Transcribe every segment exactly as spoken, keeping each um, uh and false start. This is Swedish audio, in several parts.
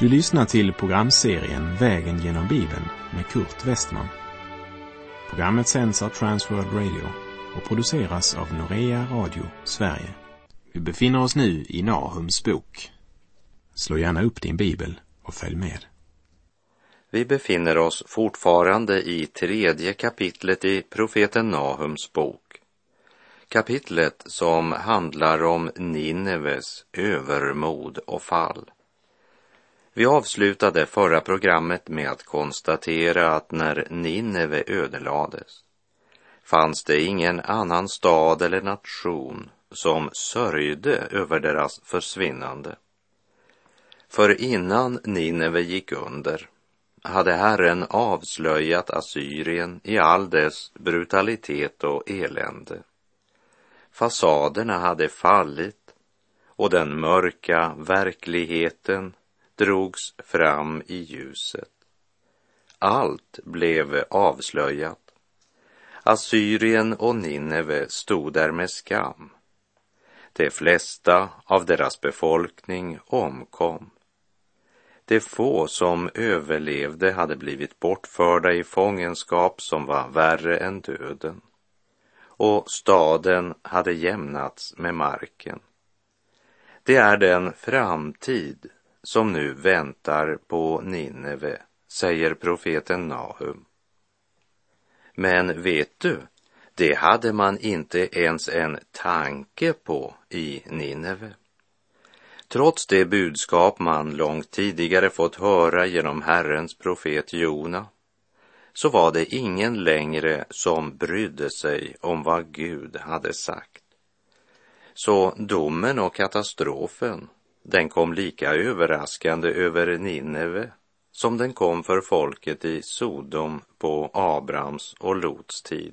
Du lyssnar till programserien Vägen genom Bibeln med Kurt Westman. Programmet sänds av Transworld Radio och produceras av Norea Radio Sverige. Vi befinner oss nu i Nahums bok. Slå gärna upp din bibel och följ med. Vi befinner oss fortfarande i tredje kapitlet i profeten Nahums bok. Kapitlet som handlar om Nineves övermod och fall. Vi avslutade förra programmet med att konstatera att när Nineve ödelades fanns det ingen annan stad eller nation som sörjde över deras försvinnande. För innan Nineve gick under hade Herren avslöjat Assyrien i all dess brutalitet och elände. Fasaderna hade fallit och den mörka verkligheten drogs fram i ljuset. Allt blev avslöjat. Assyrien och Nineve stod där med skam. De flesta av deras befolkning omkom. De få som överlevde hade blivit bortförda i fångenskap som var värre än döden. Och staden hade jämnats med marken. Det är den framtid som nu väntar på Nineve, säger profeten Nahum. Men vet du, det hade man inte ens en tanke på i Nineve. Trots det budskap man långt tidigare fått höra genom Herrens profet Jona, så var det ingen längre som brydde sig om vad Gud hade sagt. Så domen och katastrofen, den kom lika överraskande över Nineve som den kom för folket i Sodom på Abrams och Lots tid.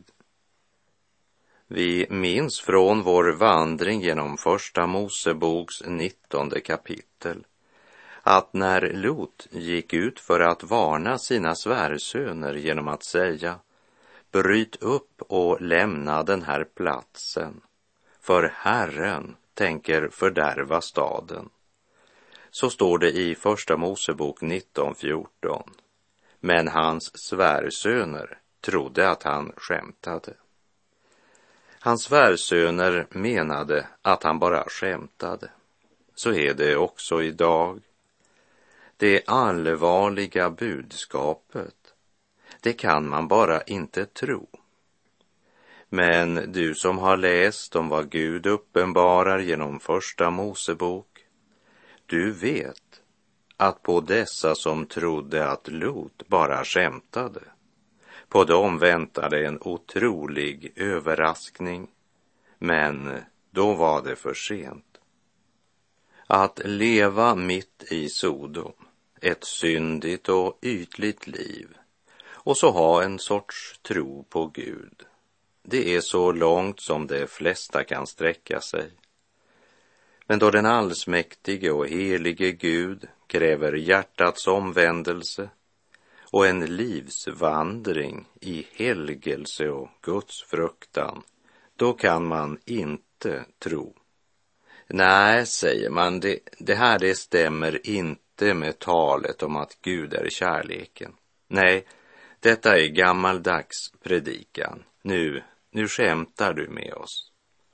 Vi minns från vår vandring genom första Moseboks nittonde kapitel att när Lot gick ut för att varna sina svärsöner genom att säga: bryt upp och lämna den här platsen, för Herren tänker fördärva staden. Så står det i första Mosebok nitton fjorton. Men hans svärsöner trodde att han skämtade. Hans svärsöner menade att han bara skämtade. Så är det också idag. Det allvarliga budskapet, det kan man bara inte tro. Men du som har läst om vad Gud uppenbarar genom första Mosebok, du vet att på dessa som trodde att Lot bara skämtade, på dem väntade en otrolig överraskning, men då var det för sent. Att leva mitt i Sodom, ett syndigt och ytligt liv, och så ha en sorts tro på Gud, det är så långt som de flesta kan sträcka sig. Men då den allsmäktige och helige Gud kräver hjärtats omvändelse och en livsvandring i helgelse och Guds fruktan, då kan man inte tro. Nej, säger man, det, det här det stämmer inte med talet om att Gud är kärleken. Nej, detta är gammaldags predikan. Nu, nu skämtar du med oss.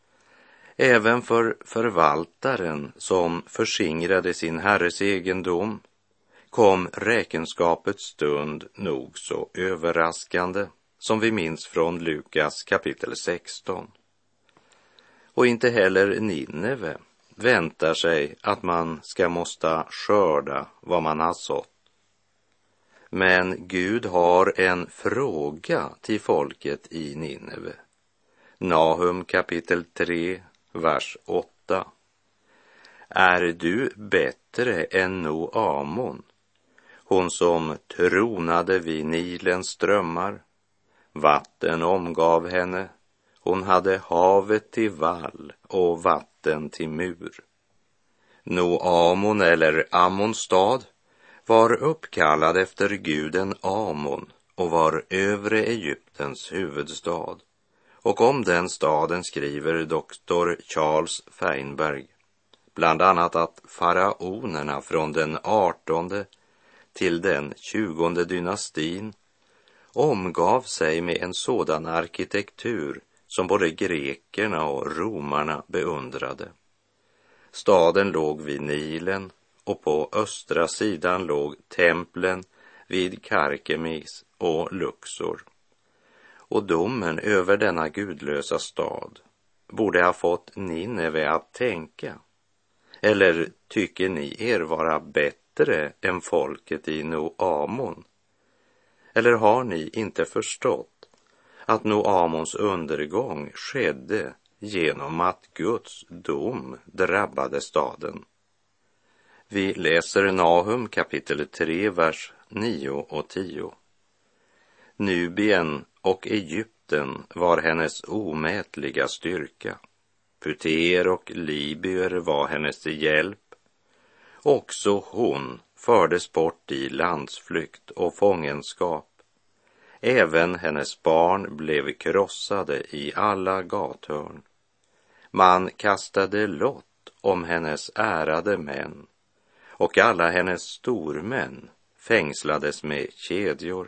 Även för förvaltaren som förskingrade sin herres egendom kom räkenskapets stund nog så överraskande, som vi minns från Lukas kapitel sexton. Och inte heller Nineve väntar sig att man ska måste skörda vad man har sått. Men Gud har en fråga till folket i Nineve. Nahum kapitel tre, vers åtta. Är du bättre än Noamon, hon som tronade vid Nilens strömmar? Vatten omgav henne, hon hade havet till vall och vatten till mur. Noamon, eller Ammons stad, var uppkallad efter guden Amon och var övre Egyptens huvudstad. Och om den staden skriver doktor Charles Feinberg: bland annat att faraonerna från den artonde till den tjugonde dynastin omgav sig med en sådan arkitektur som både grekerna och romarna beundrade. Staden låg vid Nilen och på östra sidan låg templen vid Karkemis och Luxor. Och domen över denna gudlösa stad borde ha fått Nineve att tänka. Eller tycker ni er vara bättre än folket i Noamon? Eller har ni inte förstått att Noamons undergång skedde genom att Guds dom drabbade staden? Vi läser Nahum kapitel tre, vers nio och tio. Nubien och Egypten var hennes omätliga styrka. Puter och Libyer var hennes till hjälp. Också hon fördes bort i landsflykt och fångenskap. Även hennes barn blev krossade i alla gathörn. Man kastade lott om hennes ärade män, och alla hennes stormän fängslades med kedjor.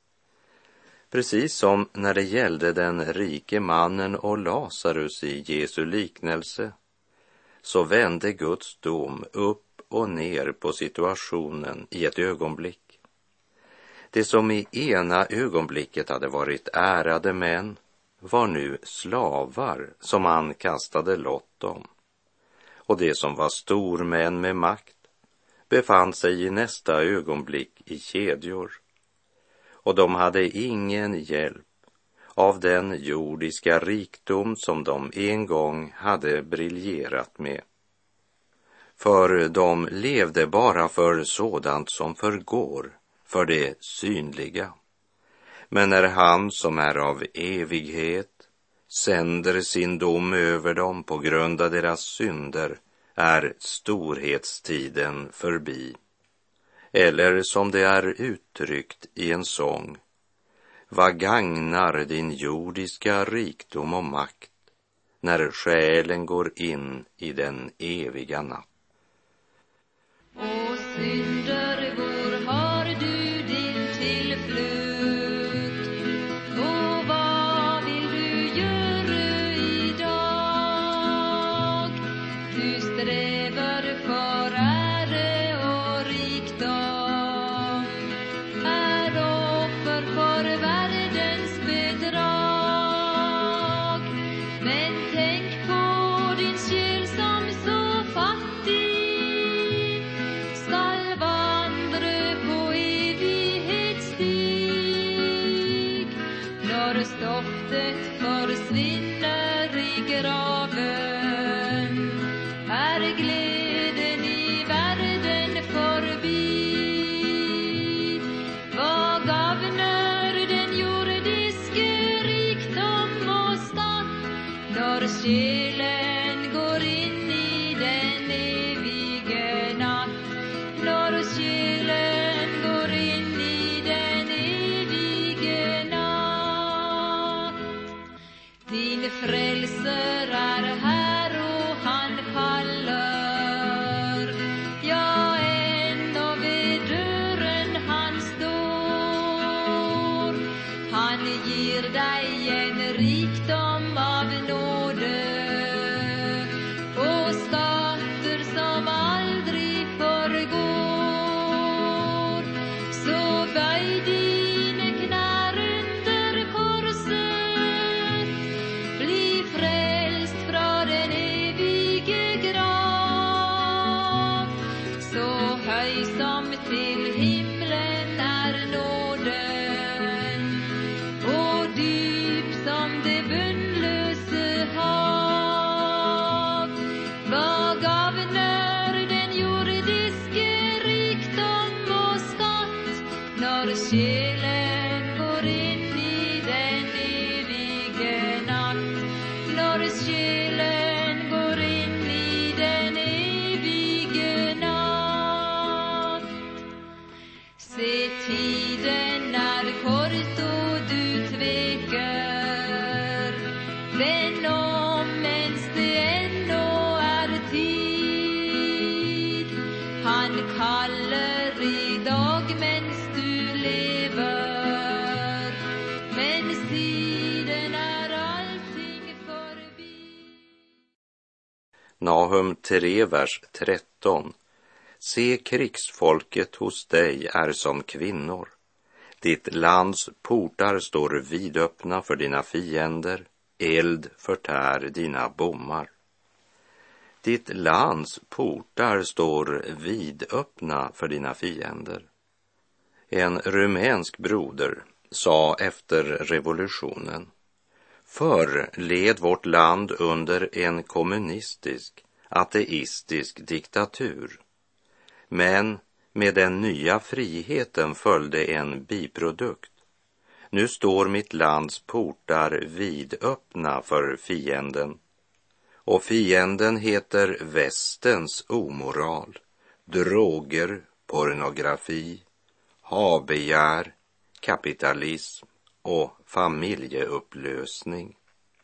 Precis som när det gällde den rike mannen och Lazarus i Jesu liknelse, så vände Guds dom upp och ner på situationen i ett ögonblick. Det som i ena ögonblicket hade varit ärade män var nu slavar som man kastade lott om. Och det som var stormän med makt befann sig i nästa ögonblick i kedjor. Och de hade ingen hjälp av den jordiska rikdom som de en gång hade briljerat med. För de levde bara för sådant som förgår, för det synliga. Men när han som är av evighet sänder sin dom över dem på grund av deras synder, är storhetstiden förbi. Eller som det är uttryckt i en sång: vad gagnar din jordiska rikdom och makt när själen går in i den eviga natt? Och synderbor har du din tillflykt, och vad vill du göra idag? Du strävar för ära och rikdom, är offer för världens bedrag. Men tänk på din själ som så fattig skall vandra på evighetsstig. När stoftet försvinner i graven, är glädjen i världen förbi. Vad gagnar den jordiske rikdom och skatt när själen går in i den evige natt? När själen går in i den evige natt. Din frälser är här och han kallar, ja, ännu vid dörren han står. Han ger dig en rikdom av nåde och skatter som aldrig förgår. Så böj dina knän under korset, bli frälst från den evige grav. Så höj som till himlen är nåden, och djup som det bundlöse hav. Vad gagnar den jordiske rikdom och skatt när själen går in i den evige natt? När själen går in i den evige natt. Se, tiden är kort och du tvekar, men om ens det ännu är tid, Nahum tre, vers tretton. Se, krigsfolket hos dig är som kvinnor. Ditt lands portar står vidöppna för dina fiender. Eld förtär dina bommar. Ditt lands portar står vidöppna för dina fiender. En rumänsk broder sa efter revolutionen: förr led vårt land under en kommunistisk, ateistisk diktatur. Men med den nya friheten följde en biprodukt. Nu står mitt lands portar vidöppna för fienden. Och fienden heter västens omoral, droger, pornografi, habegär, kapitalism och familjeupplösning.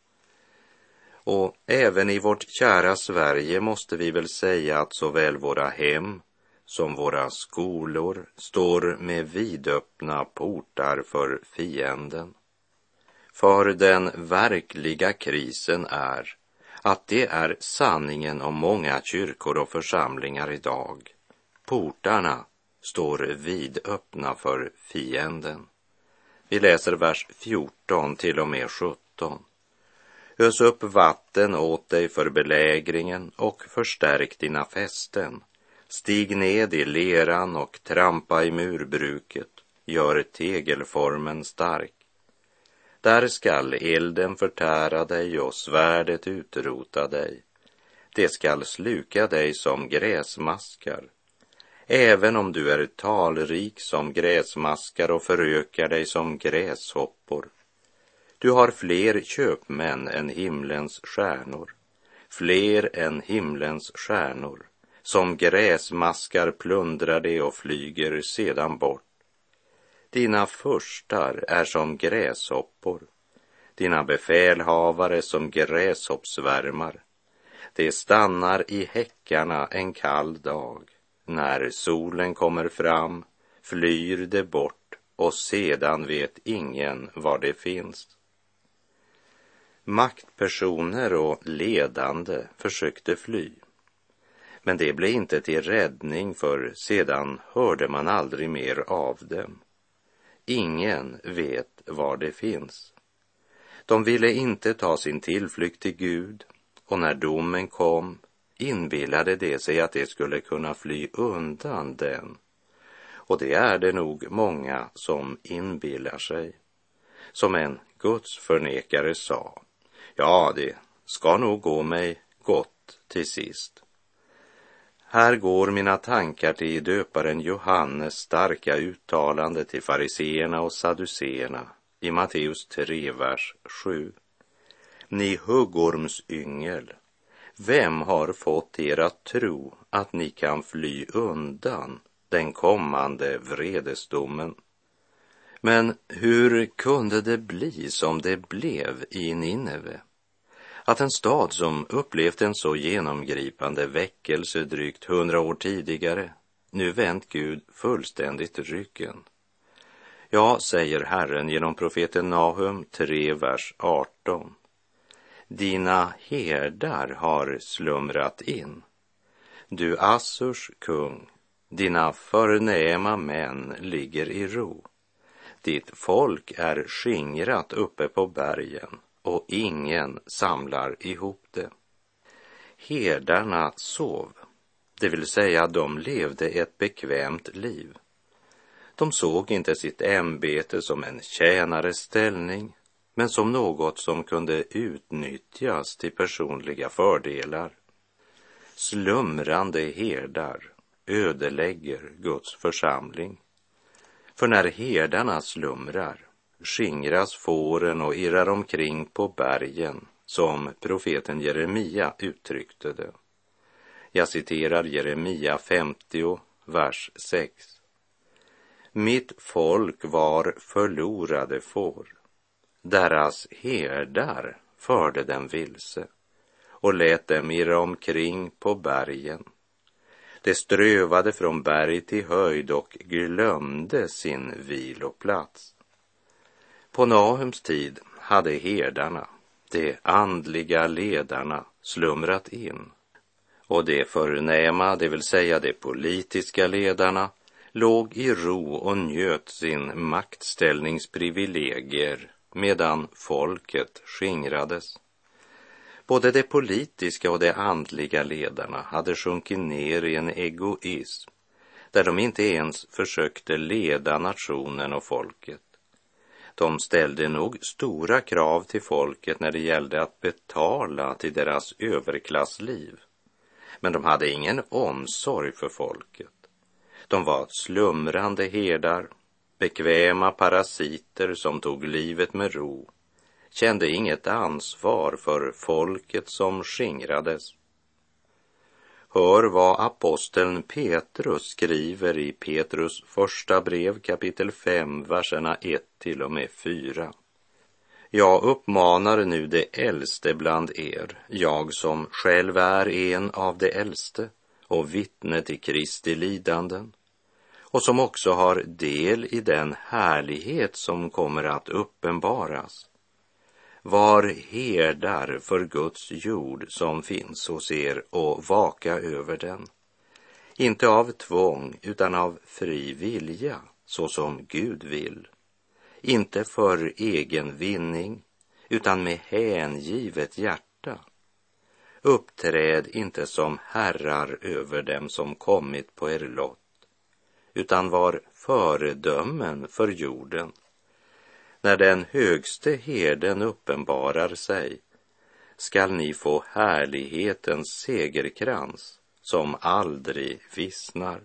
Och även i vårt kära Sverige måste vi väl säga att såväl våra hem som våra skolor står med vidöppna portar för fienden. För den verkliga krisen är att det är sanningen om många kyrkor och församlingar idag. Portarna står vidöppna för fienden. Vi läser vers fjorton till och med sjutton. Ös upp vatten åt dig för belägringen och förstärk dina fästen. Stig ned i leran och trampa i murbruket. Gör tegelformen stark. Där skall elden förtära dig och svärdet utrota dig. Det skall sluka dig som gräsmaskar. Även om du är talrik som gräsmaskar och förökar dig som gräshoppor. Du har fler köpmän än himlens stjärnor. Fler än himlens stjärnor. Som gräsmaskar plundrar det och flyger sedan bort. Dina furstar är som gräshoppor. Dina befälhavare som gräshoppsvärmar. De stannar i häckarna en kall dag. När solen kommer fram flyr det bort och sedan vet ingen var det finns. Maktpersoner och ledande försökte fly. Men det blev inte till räddning, för sedan hörde man aldrig mer av dem. Ingen vet var det finns. De ville inte ta sin tillflykt till Gud, och när domen kom inbillade det sig att det skulle kunna fly undan den. Och det är det nog många som inbillar sig. Som en Guds förnekare sa: ja, det ska nog gå mig gott till sist. Här går mina tankar till döparen Johannes starka uttalande till fariseerna och sadduceerna i Matteus tre, vers sju. Ni huggormsyngel, vem har fått er att tro att ni kan fly undan den kommande vredesdomen? Men hur kunde det bli som det blev i Nineve? Att en stad som upplevt en så genomgripande väckelse drygt hundra år tidigare nu vänt Gud fullständigt ryggen. Ja, säger Herren genom profeten Nahum tre, vers arton. Dina herdar har slumrat in. Du Assurs kung, dina förnäma män ligger i ro. Ditt folk är skingrat uppe på bergen och ingen samlar ihop det. Herdarna sov, det vill säga de levde ett bekvämt liv. De såg inte sitt ämbete som en tjänares ställning, men som något som kunde utnyttjas till personliga fördelar. Slumrande herdar ödelägger Guds församling. För när herdarna slumrar skingras fåren och irrar omkring på bergen, som profeten Jeremia uttryckte det. Jag citerar Jeremia femtio, vers sex. Mitt folk var förlorade får. Deras herdar förde dem vilse och lät dem irra omkring på bergen. De strövade från berg till höjd och glömde sin viloplats. På Nahums tid hade herdarna, de andliga ledarna, slumrat in Och de förnäma, det vill säga de politiska ledarna, låg i ro och njöt sin maktställningsprivilegier medan folket skingrades. Både de politiska och de andliga ledarna hade sjunkit ner i en egoism där de inte ens försökte leda nationen och folket. De ställde nog stora krav till folket när det gällde att betala till deras överklassliv. Men de hade ingen omsorg för folket. De var slumrande herdar, bekväma parasiter som tog livet med ro, kände inget ansvar för folket som skingrades. Hör vad aposteln Petrus skriver i Petrus första brev kapitel fem, verserna ett till och med fyra. Jag uppmanar nu de äldste bland er, jag som själv är en av de äldste och vittne till Kristi lidanden, och som också har del i den härlighet som kommer att uppenbaras. Var herdar för Guds jord som finns hos er och vaka över den, inte av tvång utan av fri vilja, så som Gud vill, inte för egen vinning utan med hängivet hjärta. Uppträd inte som herrar över dem som kommit på er lott, utan var föredömen för jorden. När den högste herden uppenbarar sig, skall ni få härlighetens segerkrans som aldrig vissnar.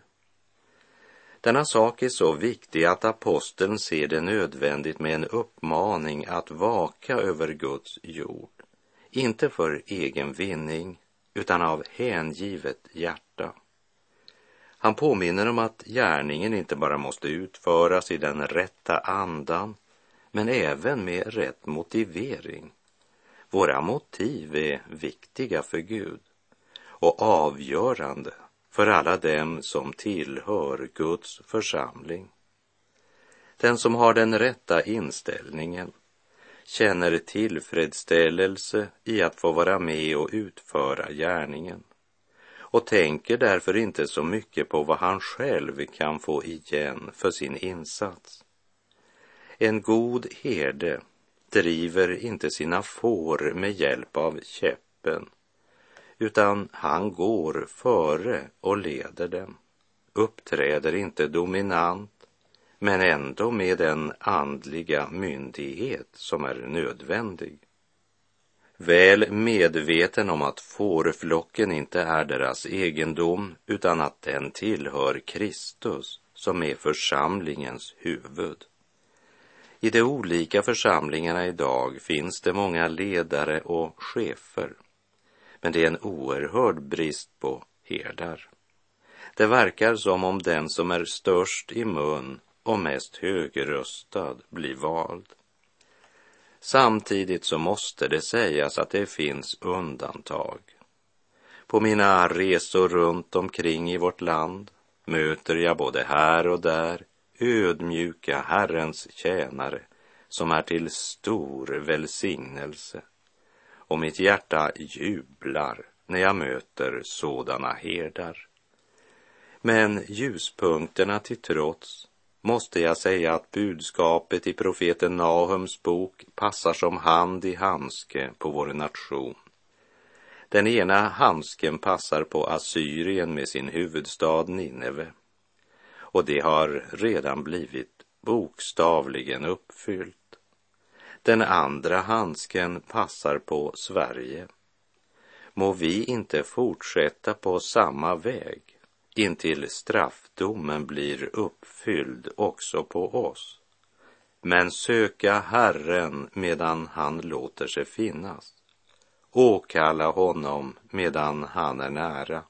Denna sak är så viktig att aposteln ser det nödvändigt med en uppmaning att vaka över Guds jord, inte för egen vinning utan av hängivet hjärta. Han påminner om att gärningen inte bara måste utföras i den rätta andan, men även med rätt motivering. Våra motiv är viktiga för Gud och avgörande för alla dem som tillhör Guds församling. Den som har den rätta inställningen känner tillfredsställelse i att få vara med och utföra gärningen och tänker därför inte så mycket på vad han själv kan få igen för sin insats. En god herde driver inte sina får med hjälp av käppen, utan han går före och leder dem, uppträder inte dominant, men ändå med den andliga myndighet som är nödvändig. Väl medveten om att fårflocken inte är deras egendom, utan att den tillhör Kristus som är församlingens huvud. I de olika församlingarna idag finns det många ledare och chefer, men det är en oerhörd brist på herdar. Det verkar som om den som är störst i mun och mest högröstad blir vald. Samtidigt så måste det sägas att det finns undantag. På mina resor runt omkring i vårt land möter jag både här och där ödmjuka Herrens tjänare som är till stor välsignelse, och mitt hjärta jublar när jag möter sådana herdar. Men ljuspunkterna till trots måste jag säga att budskapet i profeten Nahums bok passar som hand i handske på vår nation. Den ena handsken passar på Assyrien med sin huvudstad Nineve, och det har redan blivit bokstavligen uppfyllt. Den andra handsken passar på Sverige. Må vi inte fortsätta på samma väg intill straffdomen blir uppfylld också på oss, men söka Herren medan han låter sig finnas, åkalla honom medan han är nära.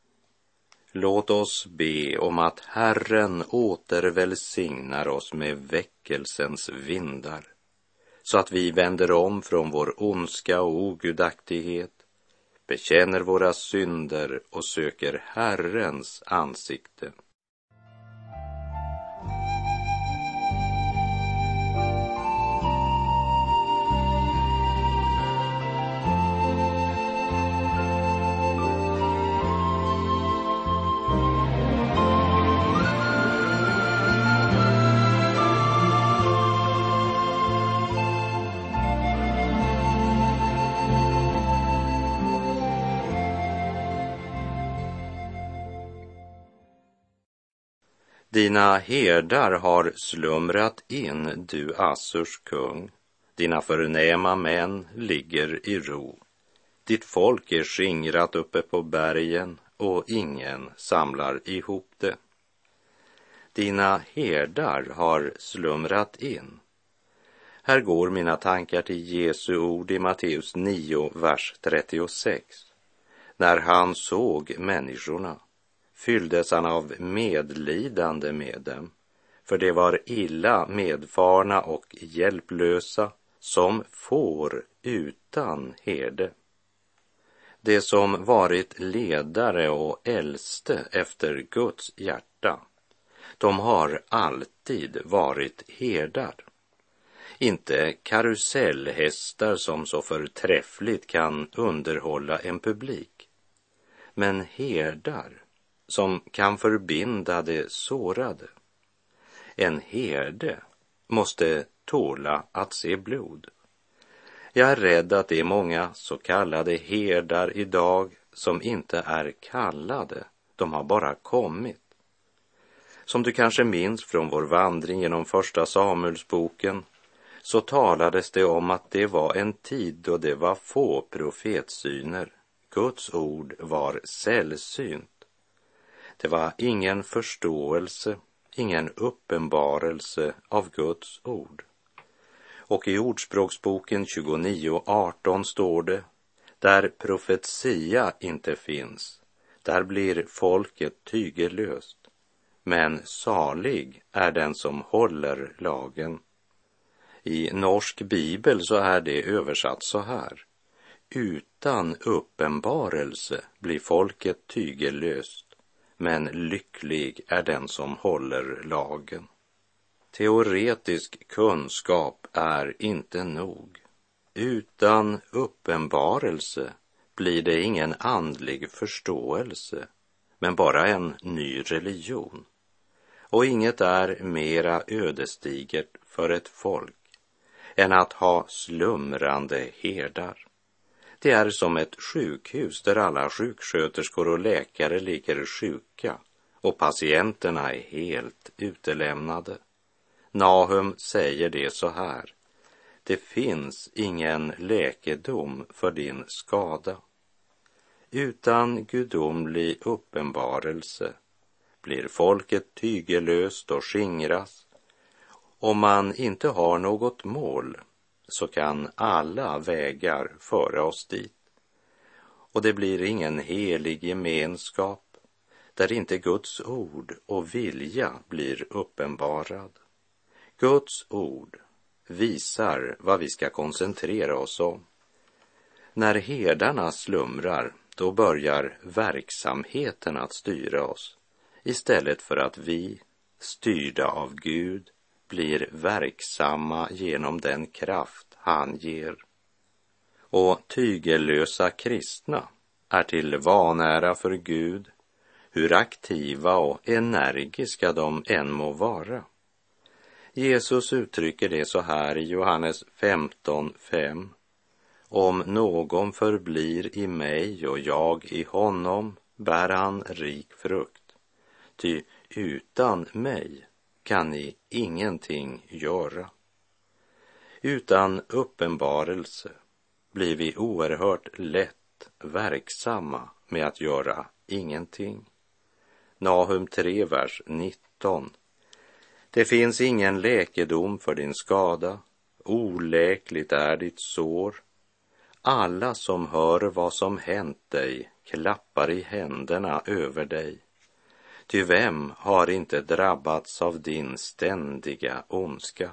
Låt oss be om att Herren återvälsignar oss med väckelsens vindar, så att vi vänder om från vår ondska och ogudaktighet, bekänner våra synder och söker Herrens ansikte. Dina herdar har slumrat in, du Assurs kung. Dina förnäma män ligger i ro. Ditt folk är skingrat uppe på bergen och ingen samlar ihop det. Dina herdar har slumrat in. Här går mina tankar till Jesu ord i Matteus nio, vers trettiosex. När han såg människorna fylldes han av medlidande med dem, för det var illa medfarna och hjälplösa som får utan herde. Det som varit ledare och äldste efter Guds hjärta, de har alltid varit herdar. Inte karusellhästar som så förträffligt kan underhålla en publik, men herdar som kan förbinda det sårade. En herde måste tåla att se blod. Jag är rädd att det är många så kallade herdar idag som inte är kallade, de har bara kommit. Som du kanske minns från vår vandring genom första Samuelsboken, så talades det om att det var en tid då det var få profetsyner. Guds ord var sällsynt. Det var ingen förståelse, ingen uppenbarelse av Guds ord. Och i Ordspråksboken tjugonio arton står det: där profetia inte finns, där blir folket tygelöst. Men salig är den som håller lagen. I norsk bibel så är det översatt så här: utan uppenbarelse blir folket tygelöst, men lycklig är den som håller lagen. Teoretisk kunskap är inte nog. Utan uppenbarelse blir det ingen andlig förståelse, men bara en ny religion. Och inget är mera ödesdigert för ett folk än att ha slumrande herdar. Det är som ett sjukhus där alla sjuksköterskor och läkare ligger sjuka och patienterna är helt utelämnade. Nahum säger det så här: det finns ingen läkedom för din skada. Utan gudomlig uppenbarelse blir folket tygelöst och skingras. Om man inte har något mål så kan alla vägar föra oss dit. Och det blir ingen helig gemenskap där inte Guds ord och vilja blir uppenbarad. Guds ord visar vad vi ska koncentrera oss om. När herdarna slumrar, då börjar verksamheten att styra oss, istället för att vi, styrda av Gud, blir verksamma genom den kraft han ger. Och tygellösa kristna är till vanära för Gud, hur aktiva och energiska de än må vara. Jesus uttrycker det så här i Johannes femton fem. Om någon förblir i mig och jag i honom, bär han rik frukt. Ty utan mig kan ni ingenting göra. Utan uppenbarelse blir vi oerhört lätt verksamma med att göra ingenting. Nahum tre, vers nitton. Det finns ingen läkedom för din skada, oläkligt är ditt sår. Alla som hör vad som hänt dig klappar i händerna över dig. Ty vem har inte drabbats av din ständiga ondska?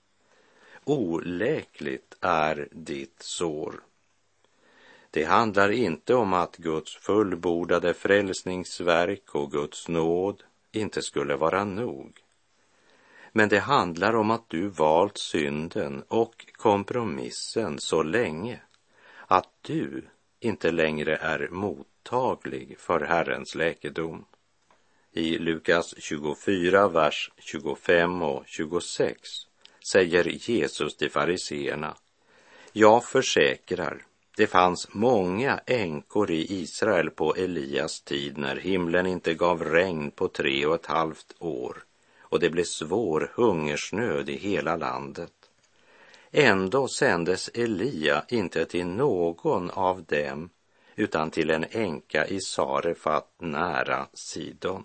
Oläkligt är ditt sår. Det handlar inte om att Guds fullbordade frälsningsverk och Guds nåd inte skulle vara nog. Men det handlar om att du valt synden och kompromissen så länge att du inte längre är mottaglig för Herrens läkedom. I Lukas tjugofyra, vers tjugofem och tjugosex säger Jesus till fariseerna: jag försäkrar, Det fanns många änkor i Israel på Elias tid när himlen inte gav regn på tre och ett halvt år och det blev svår hungersnöd i hela landet. Ändå sändes Elia inte till någon av dem utan till en änka i Sarefat nära Sidon.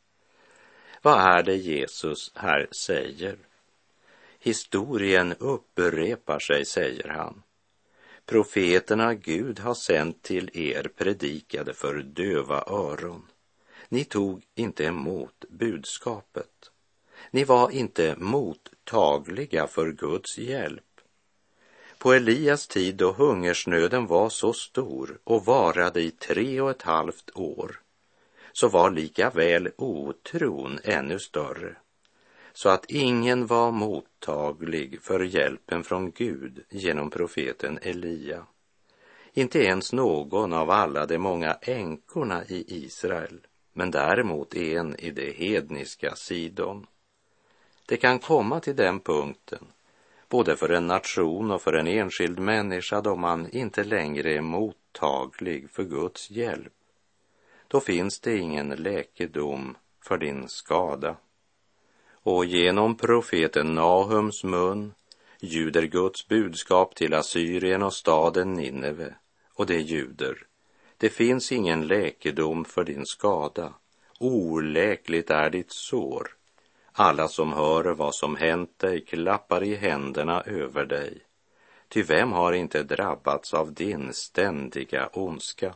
Vad är det Jesus här säger? Historien upprepar sig, säger han. Profeterna Gud har sänt till er predikade för döva öron. Ni tog inte emot budskapet. Ni var inte mottagliga för Guds hjälp. På Elias tid då hungersnöden var så stor och varade i tre och ett halvt år, så var lika väl otron ännu större, så att ingen var mottaglig för hjälpen från Gud genom profeten Elia. Inte ens någon av alla de många änkorna i Israel, men däremot en i det hedniska Sidon. Det kan komma till den punkten, både för en nation och för en enskild människa, då man inte längre är mottaglig för Guds hjälp. Då finns det ingen läkedom för din skada. Och genom profeten Nahums mun ljuder Guds budskap till Assyrien och staden Nineve, och det ljuder: det finns ingen läkedom för din skada, oläkligt är ditt sår. Alla som hör vad som hänt dig klappar i händerna över dig. Ty vem har inte drabbats av din ständiga ondska?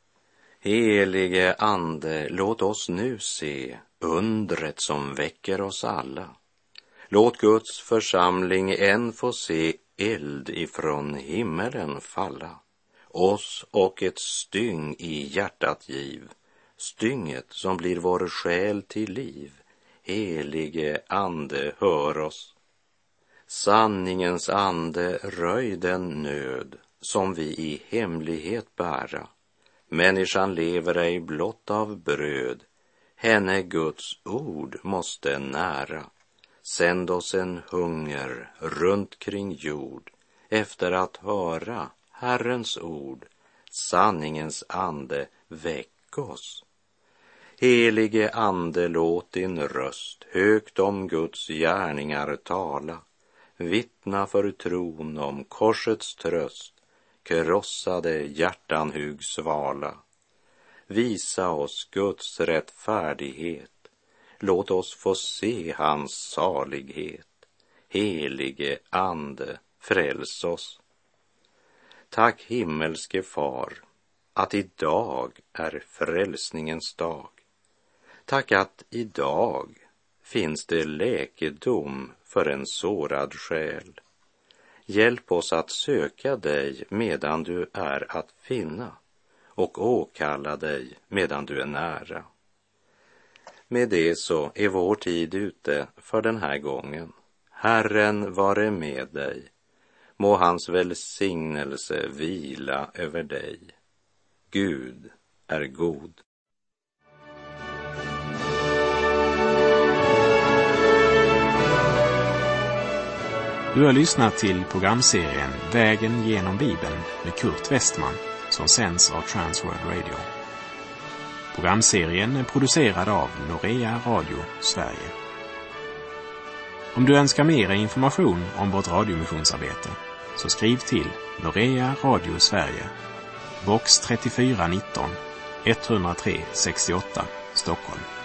Helige Ande, låt oss nu se undret som väcker oss alla. Låt Guds församling än få se eld ifrån himmelen falla. Oss och ett styng i hjärtat giv, stynget som blir vår själ till liv. Helige Ande, hör oss. Sanningens ande, röj den nöd som vi i hemlighet bära. Människan lever ej blott av bröd, henne Guds ord måste nära. Sänd oss en hunger runt kring jord efter att höra Herrens ord. Sanningens ande, väck oss. Helige Ande, låt din röst högt om Guds gärningar tala. Vittna för tron om korsets tröst, krossade hjärtan hugg svala. Visa oss Guds rättfärdighet, låt oss få se hans salighet. Helige Ande, fräls oss. Tack himmelske Far, att idag är frälsningens dag. Tack att idag finns det läkedom för en sårad själ. Hjälp oss att söka dig medan du är att finna och åkalla dig medan du är nära. Med det så är vår tid ute för den här gången. Herren vare med dig. Må hans välsignelse vila över dig. Gud är god. Du har lyssnat till programserien Vägen genom Bibeln med Kurt Westman, som sänds av Transworld Radio. Programserien är producerad av Norea Radio Sverige. Om du önskar mer information om vårt radiomissionsarbete, så skriv till Norea Radio Sverige, box trettiofyra nitton, etthundratre sextioåtta, Stockholm.